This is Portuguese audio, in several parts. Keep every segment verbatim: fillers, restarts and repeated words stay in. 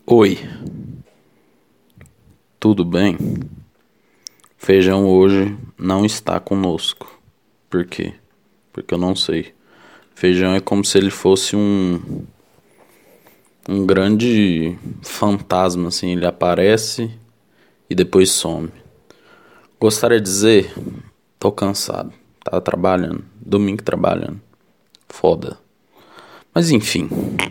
Oi, tudo bem? Feijão hoje não está conosco. Por quê? Porque eu não sei. Feijão é como se ele fosse um um grande fantasma, assim, ele aparece e depois some. Gostaria de dizer, tô cansado, tava trabalhando, domingo trabalhando, foda. Mas enfim,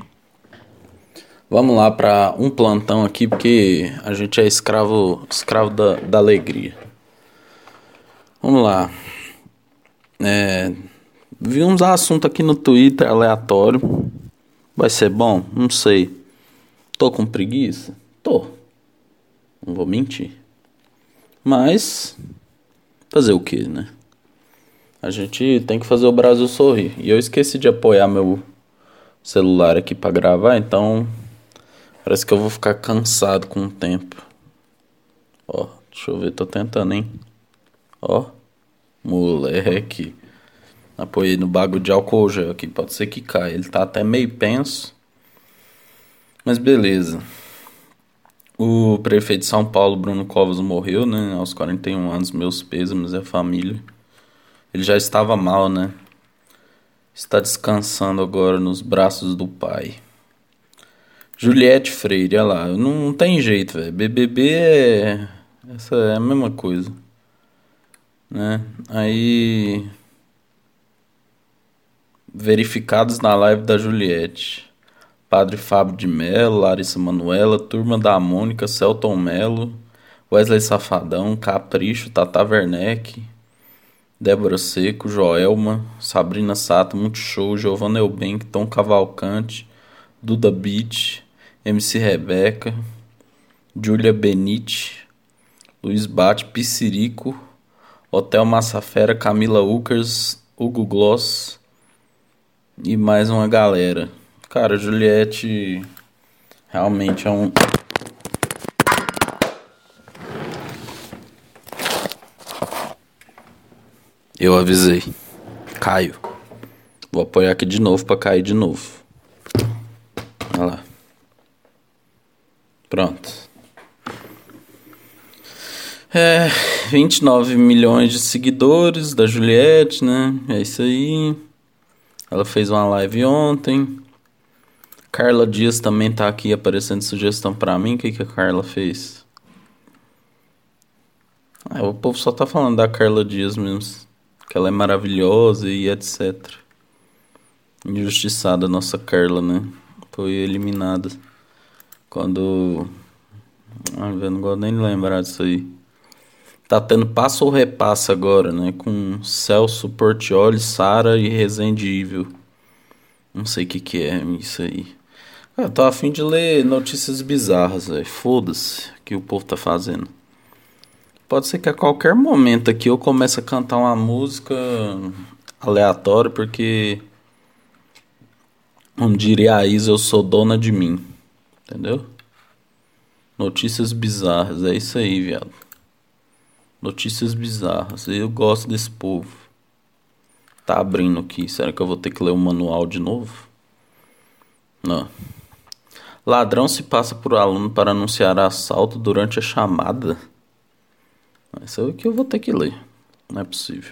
vamos lá para um plantão aqui porque a gente é escravo, escravo da, da alegria. Vamos lá. É, vi uns assuntos aqui no Twitter aleatório. Vai ser bom? Não sei. Tô com preguiça? Tô. Não vou mentir. Mas fazer o que, né? A gente tem que fazer o Brasil sorrir. E eu esqueci de apoiar meu celular aqui pra gravar, então parece que eu vou ficar cansado com o tempo. Ó, deixa eu ver, tô tentando, hein? Ó, moleque. Apoiei no bagulho de álcool gel aqui, pode ser que caia. Ele tá até meio penso. Mas beleza. O prefeito de São Paulo, Bruno Covas, morreu, né? Aos quarenta e um anos, meus pêsames e a família. Ele já estava mal, né? Está descansando agora nos braços do pai. Juliette Freire, olha lá. Não, não tem jeito, velho. B B B é... Essa é a mesma coisa, né? Aí... Verificados na live da Juliette. Padre Fábio de Mello, Larissa Manoela, Turma da Mônica, Celton Mello, Wesley Safadão, Capricho, Tata Werneck, Débora Seco, Joelma, Sabrina Sato, Multishow, Giovanna Eubank, Tom Cavalcante, Duda Beat, M C Rebeca, Júlia Benite, Luiz Bate, Pissirico, Hotel Massafera, Camila Ukers, Hugo Gloss e mais uma galera. Cara, Juliette realmente é um... Eu avisei. Caio. Vou apoiar aqui de novo pra cair de novo. Olha lá. Pronto. É... vinte e nove milhões de seguidores da Juliette, né? É isso aí. Ela fez uma live ontem. Carla Dias também tá aqui aparecendo sugestão pra mim. O que, que a Carla fez? Ah, o povo só tá falando da Carla Dias mesmo. Que ela é maravilhosa e etcétera. Injustiçada a nossa Carla, né? Foi eliminada. Quando... Ah, eu não gosto nem de lembrar disso aí. Tá tendo passo ou repassa agora, né? Com Celso Portiolli, Sara e Resende Evil. Não sei o que que é isso aí. Eu tô a fim de ler notícias bizarras, velho. Foda-se o que o povo tá fazendo. Pode ser que a qualquer momento aqui eu comece a cantar uma música aleatória, porque, como diria a Isa, eu sou dona de mim. Entendeu? Notícias bizarras, é isso aí, viado. Notícias bizarras. Eu gosto desse povo. Tá abrindo aqui. Será que eu vou ter que ler o manual de novo? Não. Ladrão se passa por aluno para anunciar assalto durante a chamada. Isso é o que eu vou ter que ler. Não é possível.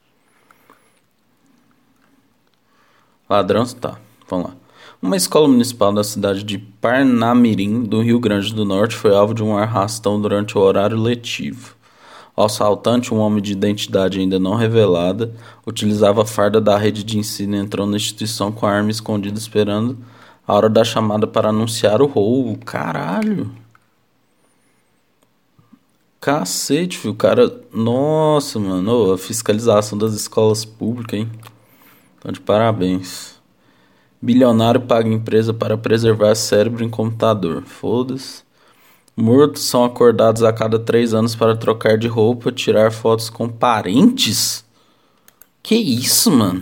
Ladrão, tá. Vamos lá. Uma escola municipal da cidade de Parnamirim, do Rio Grande do Norte, foi alvo de um arrastão durante o horário letivo. O assaltante, um homem de identidade ainda não revelada, utilizava a farda da rede de ensino e entrou na instituição com a arma escondida esperando a hora da chamada para anunciar o roubo. Caralho. Cacete, filho. O cara... Nossa, mano. A fiscalização das escolas públicas, hein? Então, de parabéns. Bilionário paga empresa para preservar cérebro em computador. Foda-se. Mortos são acordados a cada três anos para trocar de roupa, tirar fotos com parentes? Que isso, mano?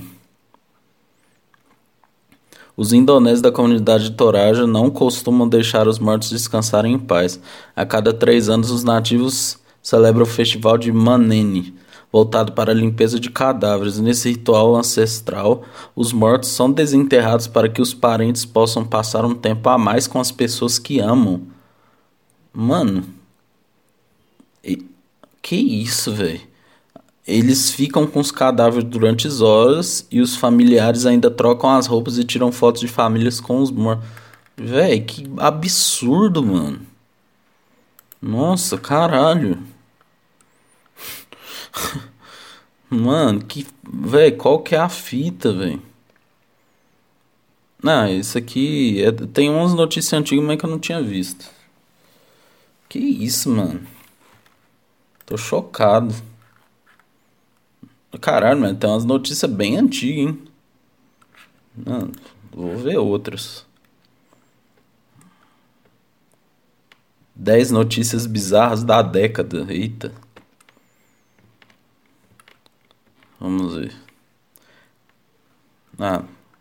Os indonésios da comunidade de Toraja não costumam deixar os mortos descansarem em paz. A cada três anos, os nativos celebram o festival de Manene, voltado para a limpeza de cadáveres. Nesse ritual ancestral, os mortos são desenterrados para que os parentes possam passar um tempo a mais com as pessoas que amam. Mano, e- que isso, velho? Eles ficam com os cadáveres durante horas e os familiares ainda trocam as roupas e tiram fotos de famílias com os mortos. Véi, que absurdo, mano. Nossa, caralho. Mano, que. Véi, qual que é a fita, véi? Não, isso aqui. é- Tem umas notícias antigas, mas que eu não tinha visto. Que isso, mano? Tô chocado. Caralho, mano, tem umas notícias bem antigas, hein? Mano, vou ver outras. Dez notícias bizarras da década. Eita, vamos ver. Ah,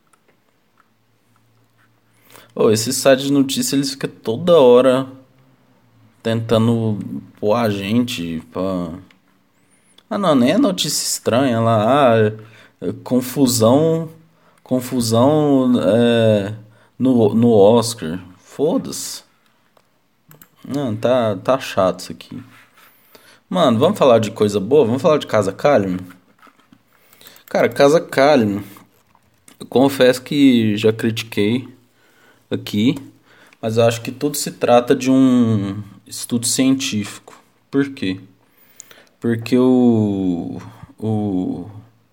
oh, esse site de notícias eles ficam toda hora tentando pôr a gente pra. Ah, não, nem é notícia estranha lá. Ah, é- é confusão. Confusão é, no, no Oscar. Foda-se. Não, tá, tá chato isso aqui. Mano, vamos falar de coisa boa? Vamos falar de Casa Calma? Cara, Casa Calma. Eu confesso que já critiquei aqui, mas eu acho que tudo se trata de um estudo científico. Por quê? Porque o, o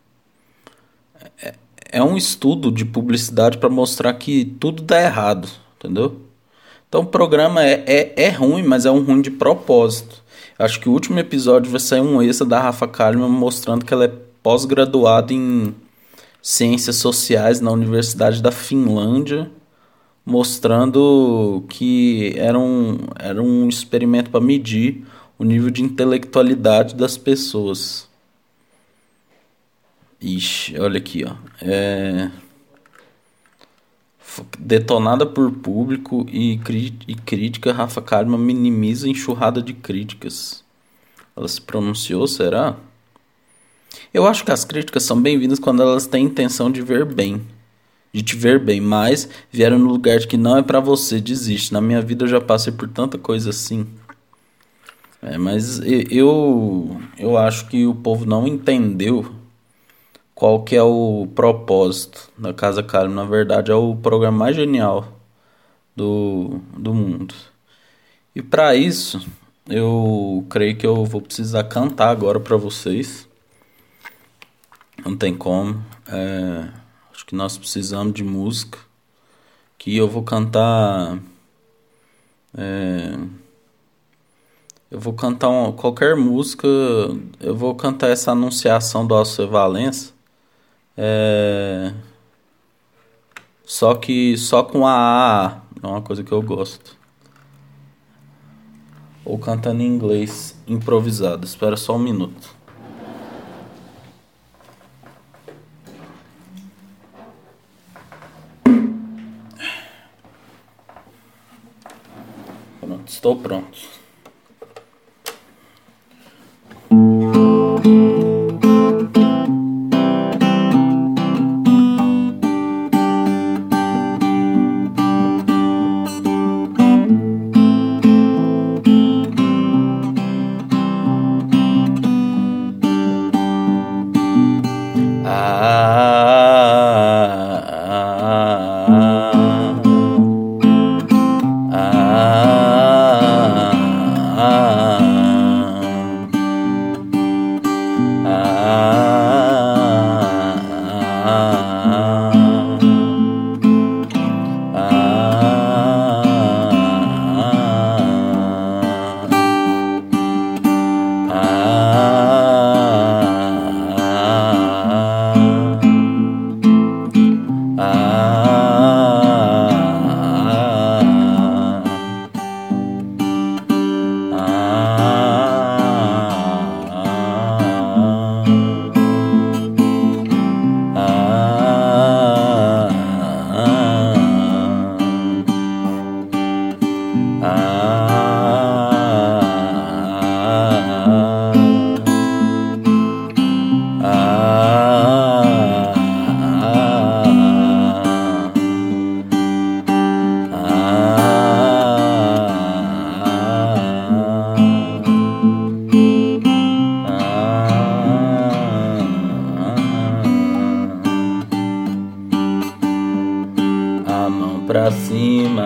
é um estudo de publicidade para mostrar que tudo dá errado, entendeu? Então o programa é, é, é ruim, mas é um ruim de propósito. Acho que o último episódio vai sair um extra da Rafa Kalimann mostrando que ela é pós-graduada em ciências sociais na Universidade da Finlândia, mostrando que era um, era um experimento para medir o nível de intelectualidade das pessoas. Ixi, olha aqui, ó. É, detonada por público e, cri- e crítica, Rafa Kalimann minimiza a enxurrada de críticas. Ela se pronunciou, será? Eu acho que as críticas são bem-vindas quando elas têm intenção de ver bem, de te ver bem, mas vieram no lugar de que não é pra você, desiste. Na minha vida eu já passei por tanta coisa assim. É, mas e- eu eu acho que o povo não entendeu qual que é o propósito da Casa Calma. Na verdade, é o programa mais genial do, do mundo. E para isso, eu creio que eu vou precisar cantar agora para vocês. Não tem como. É, acho que nós precisamos de música. Que eu vou cantar. Eu vou cantar uma- qualquer música. Eu vou cantar essa anunciação do Alceu Valença. É, só que só com a A. É uma coisa que eu gosto. Ou cantando em inglês improvisado. Espera só um minuto. Pronto, estou pronto. Ah, ah, ah,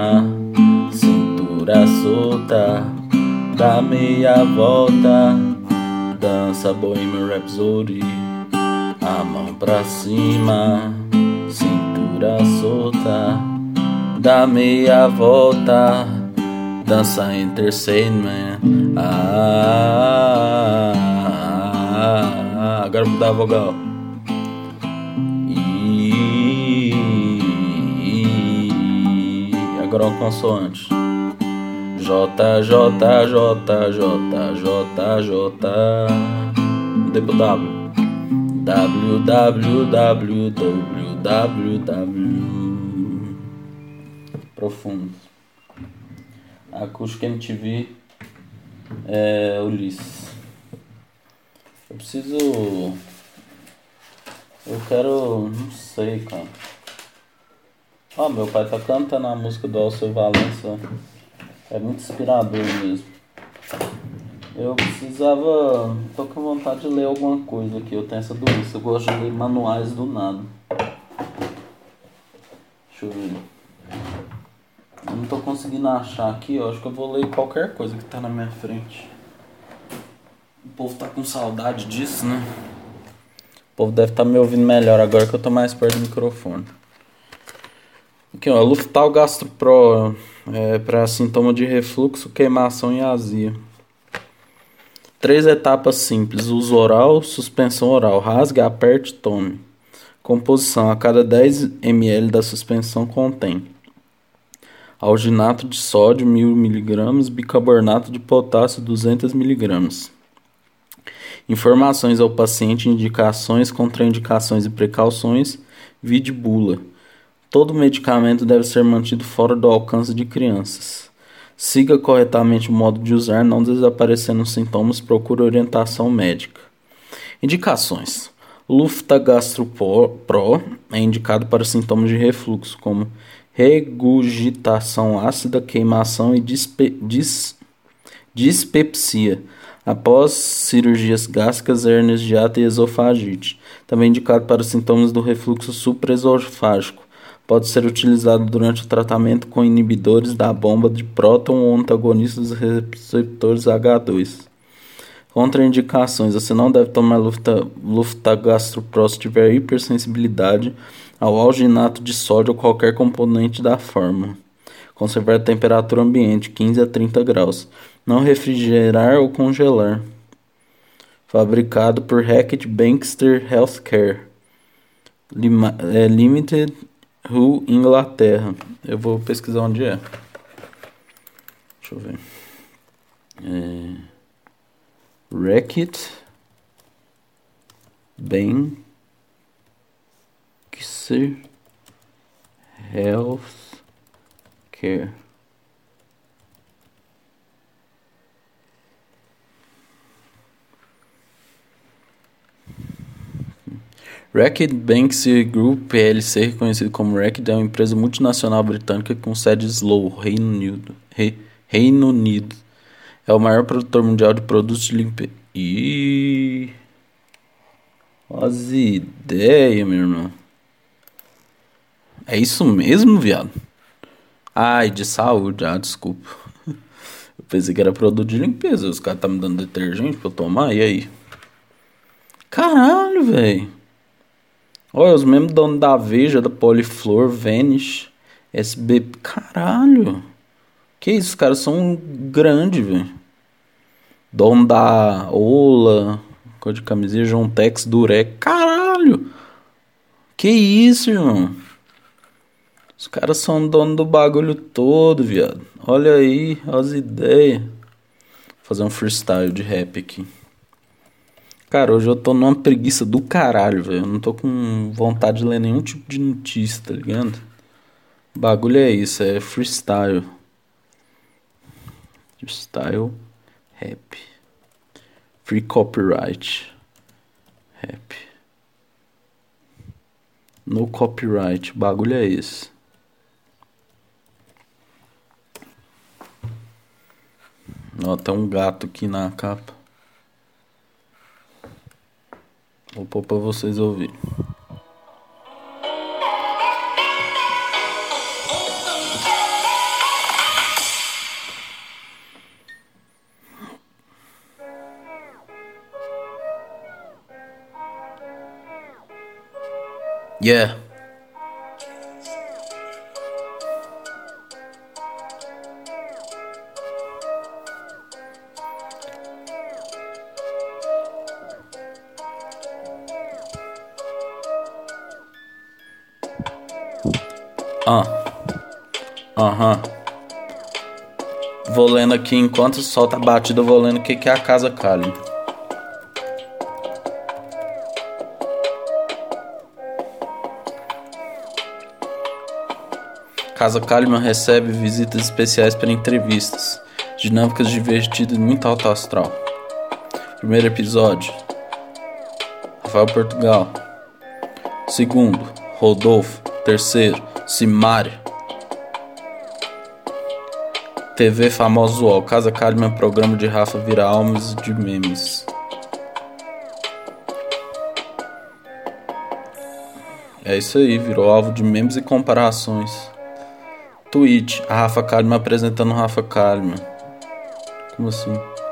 cima, cintura solta, dá meia volta, dança Bohemian Rhapsody, a mão pra cima, cintura solta, dá meia volta, dança Entertainment. Ah, ah, ah, agora vou dar a vogal. I, agora uma consoante. J, J, J, J, J, J. Mudei pro W. W, W, W, W, W, W. Profundo. Acústica M T V. É, Ulisses. Eu preciso. Eu quero. Não sei, cara. Ó, oh, meu pai tá cantando a música do Alceu Valença. É muito inspirador mesmo. Eu precisava. Tô com vontade de ler alguma coisa aqui. Eu tenho essa doença. Eu gosto de ler manuais do nada. Deixa eu ver. Eu não tô conseguindo achar aqui. Eu acho que eu vou ler qualquer coisa que tá na minha frente. O povo tá com saudade disso, né? O povo deve estar me ouvindo melhor agora que eu tô mais perto do microfone. Aqui, ó. Luftal Gastro Pro. É, para sintoma de refluxo, queimação e azia. Três etapas simples: uso oral, suspensão oral. Rasgue, aperte, tome. Composição: a cada dez mililitros da suspensão contém alginato de sódio mil miligramas, bicarbonato de potássio duzentos miligramas. Informações ao paciente, indicações, contraindicações e precauções. Vide bula. Todo medicamento deve ser mantido fora do alcance de crianças. Siga corretamente o modo de usar, não desaparecendo os sintomas, procure orientação médica. Indicações: o Luftagastro Pro é indicado para sintomas de refluxo, como regurgitação ácida, queimação e dispe dis dispepsia, após cirurgias gástricas, hérnias de hiato e esofagite. Também indicado para sintomas do refluxo supraesofágico. Pode ser utilizado durante o tratamento com inibidores da bomba de próton ou antagonistas dos receptores H dois. Contraindicações: você não deve tomar Luftagastro Pro se tiver hipersensibilidade ao alginato de sódio ou qualquer componente da fórmula. Conservar a temperatura ambiente, quinze a trinta graus. Não refrigerar ou congelar. Fabricado por Reckitt Benckiser Healthcare Lima, é, Limited, Hull, Inglaterra. Eu vou pesquisar onde é. Deixa eu ver. É... Reckitt Benckiser Healthcare. Reckitt Benckiser Group P L C, reconhecido como Reckitt, é uma empresa multinacional britânica com sede em Slough, Reino Unido. Re, Reino Unido. É o maior produtor mundial de produtos de limpeza. Ih, as ideias, meu irmão. É isso mesmo, viado? Ai, de saúde, ah, desculpa. Eu pensei que era produto de limpeza. Os caras tá me dando detergente pra eu tomar, e aí? Caralho, velho. Olha, os mesmos donos da Veja, da Poliflor, Vanish, S B... Caralho. Que isso, os caras são grandes, velho. Dono da Ola, cor de camiseta, João Tex, Durex. Caralho. Que isso, irmão. Os caras são dono do bagulho todo, viado. Olha aí, as ideias. Vou fazer um freestyle de rap aqui. Cara, hoje eu tô numa preguiça do caralho, velho. Eu não tô com vontade de ler nenhum tipo de notícia, tá ligado? O bagulho é isso, é freestyle. Freestyle rap. Free copyright. Rap. No copyright. O bagulho é esse. Ó, tem um gato aqui na capa. Vou pôr pra vocês ouvirem. Yeah. Ah. Aham. Vou lendo aqui enquanto solta a batida, eu vou lendo o que que é a Casa Kalimann. Casa Kalimann recebe visitas especiais para entrevistas, dinâmicas divertidas e muito alto astral. Primeiro episódio, Rafael Portugal. Segundo, Rodolfo. Terceiro, Simária. T V Famoso U O L. Casa Kalimann, programa de Rafa vira almas de memes. É isso aí, virou alvo de memes e comparações. Twitch, a Rafa Kalimann apresentando Rafa Kalimann. Como assim?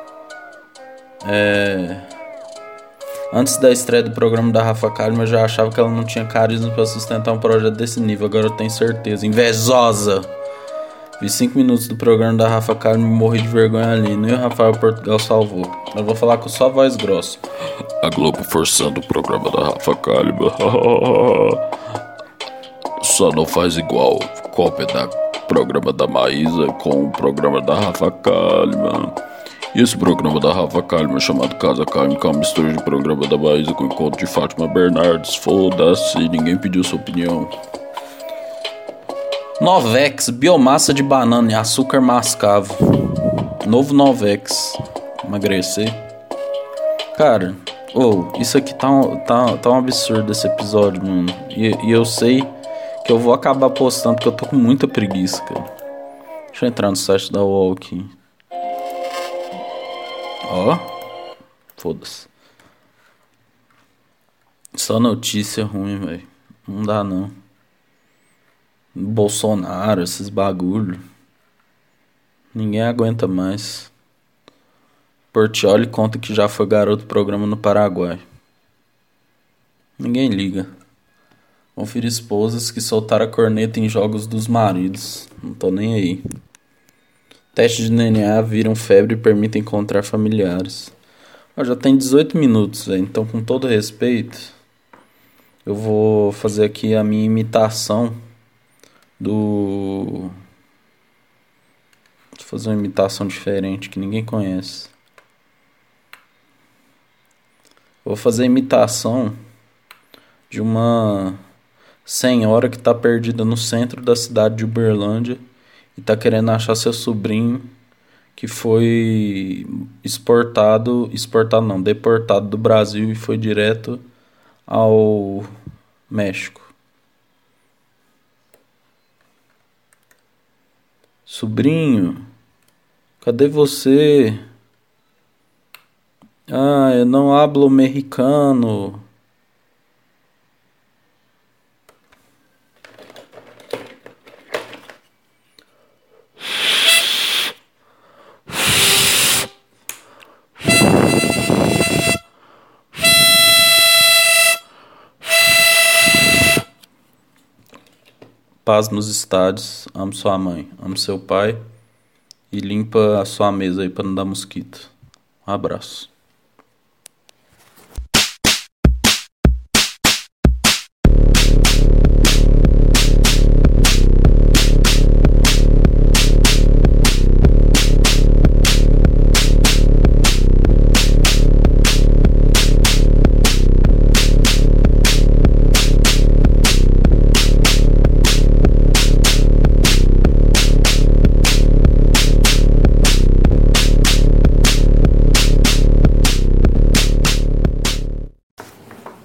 É... Antes da estreia do programa da Rafa Kalimann, eu já achava que ela não tinha carisma pra sustentar um projeto desse nível. Agora eu tenho certeza. Invejosa! Vi cinco minutos do programa da Rafa Kalimann e morri de vergonha ali. Nem o Rafael Portugal salvou. Eu vou falar com só voz grossa. A Globo forçando o programa da Rafa Kalimann. Só não faz igual. Cópia da programa da Maísa com o programa da Rafa Kalimann. E esse programa da Rafa Kalimann chamado Casa Kalimann, que é uma mistura de programa da Maísa com o encontro de Fátima Bernardes. Foda-se, ninguém pediu sua opinião. Novex, biomassa de banana e açúcar mascavo. Novo Novex. Emagrecer. Cara, oh, isso aqui tá, tá, tá um absurdo esse episódio, mano. E, e eu sei que eu vou acabar postando porque eu tô com muita preguiça, cara. Deixa eu entrar no site da U O L aqui. Ó. Foda-se. Só notícia ruim, velho. Não dá, não. Bolsonaro, esses bagulho. Ninguém aguenta mais. Portiolli conta que já foi garoto do programa no Paraguai. Ninguém liga. Conferir esposas que soltaram a corneta em jogos dos maridos. Não tô nem aí. Testes de D N A viram febre e permitem encontrar familiares. Ó, já tem dezoito minutos, véio, então com todo respeito, eu vou fazer aqui a minha imitação do... Vou fazer uma imitação diferente que ninguém conhece. Vou fazer a imitação de uma senhora que está perdida no centro da cidade de Uberlândia e tá querendo achar seu sobrinho que foi exportado, exportado não, deportado do Brasil e foi direto ao México. Sobrinho, cadê você? Ah, eu não hablo mexicano. Paz nos estádios, amo sua mãe, amo seu pai e limpa a sua mesa aí pra não dar mosquito. Um abraço.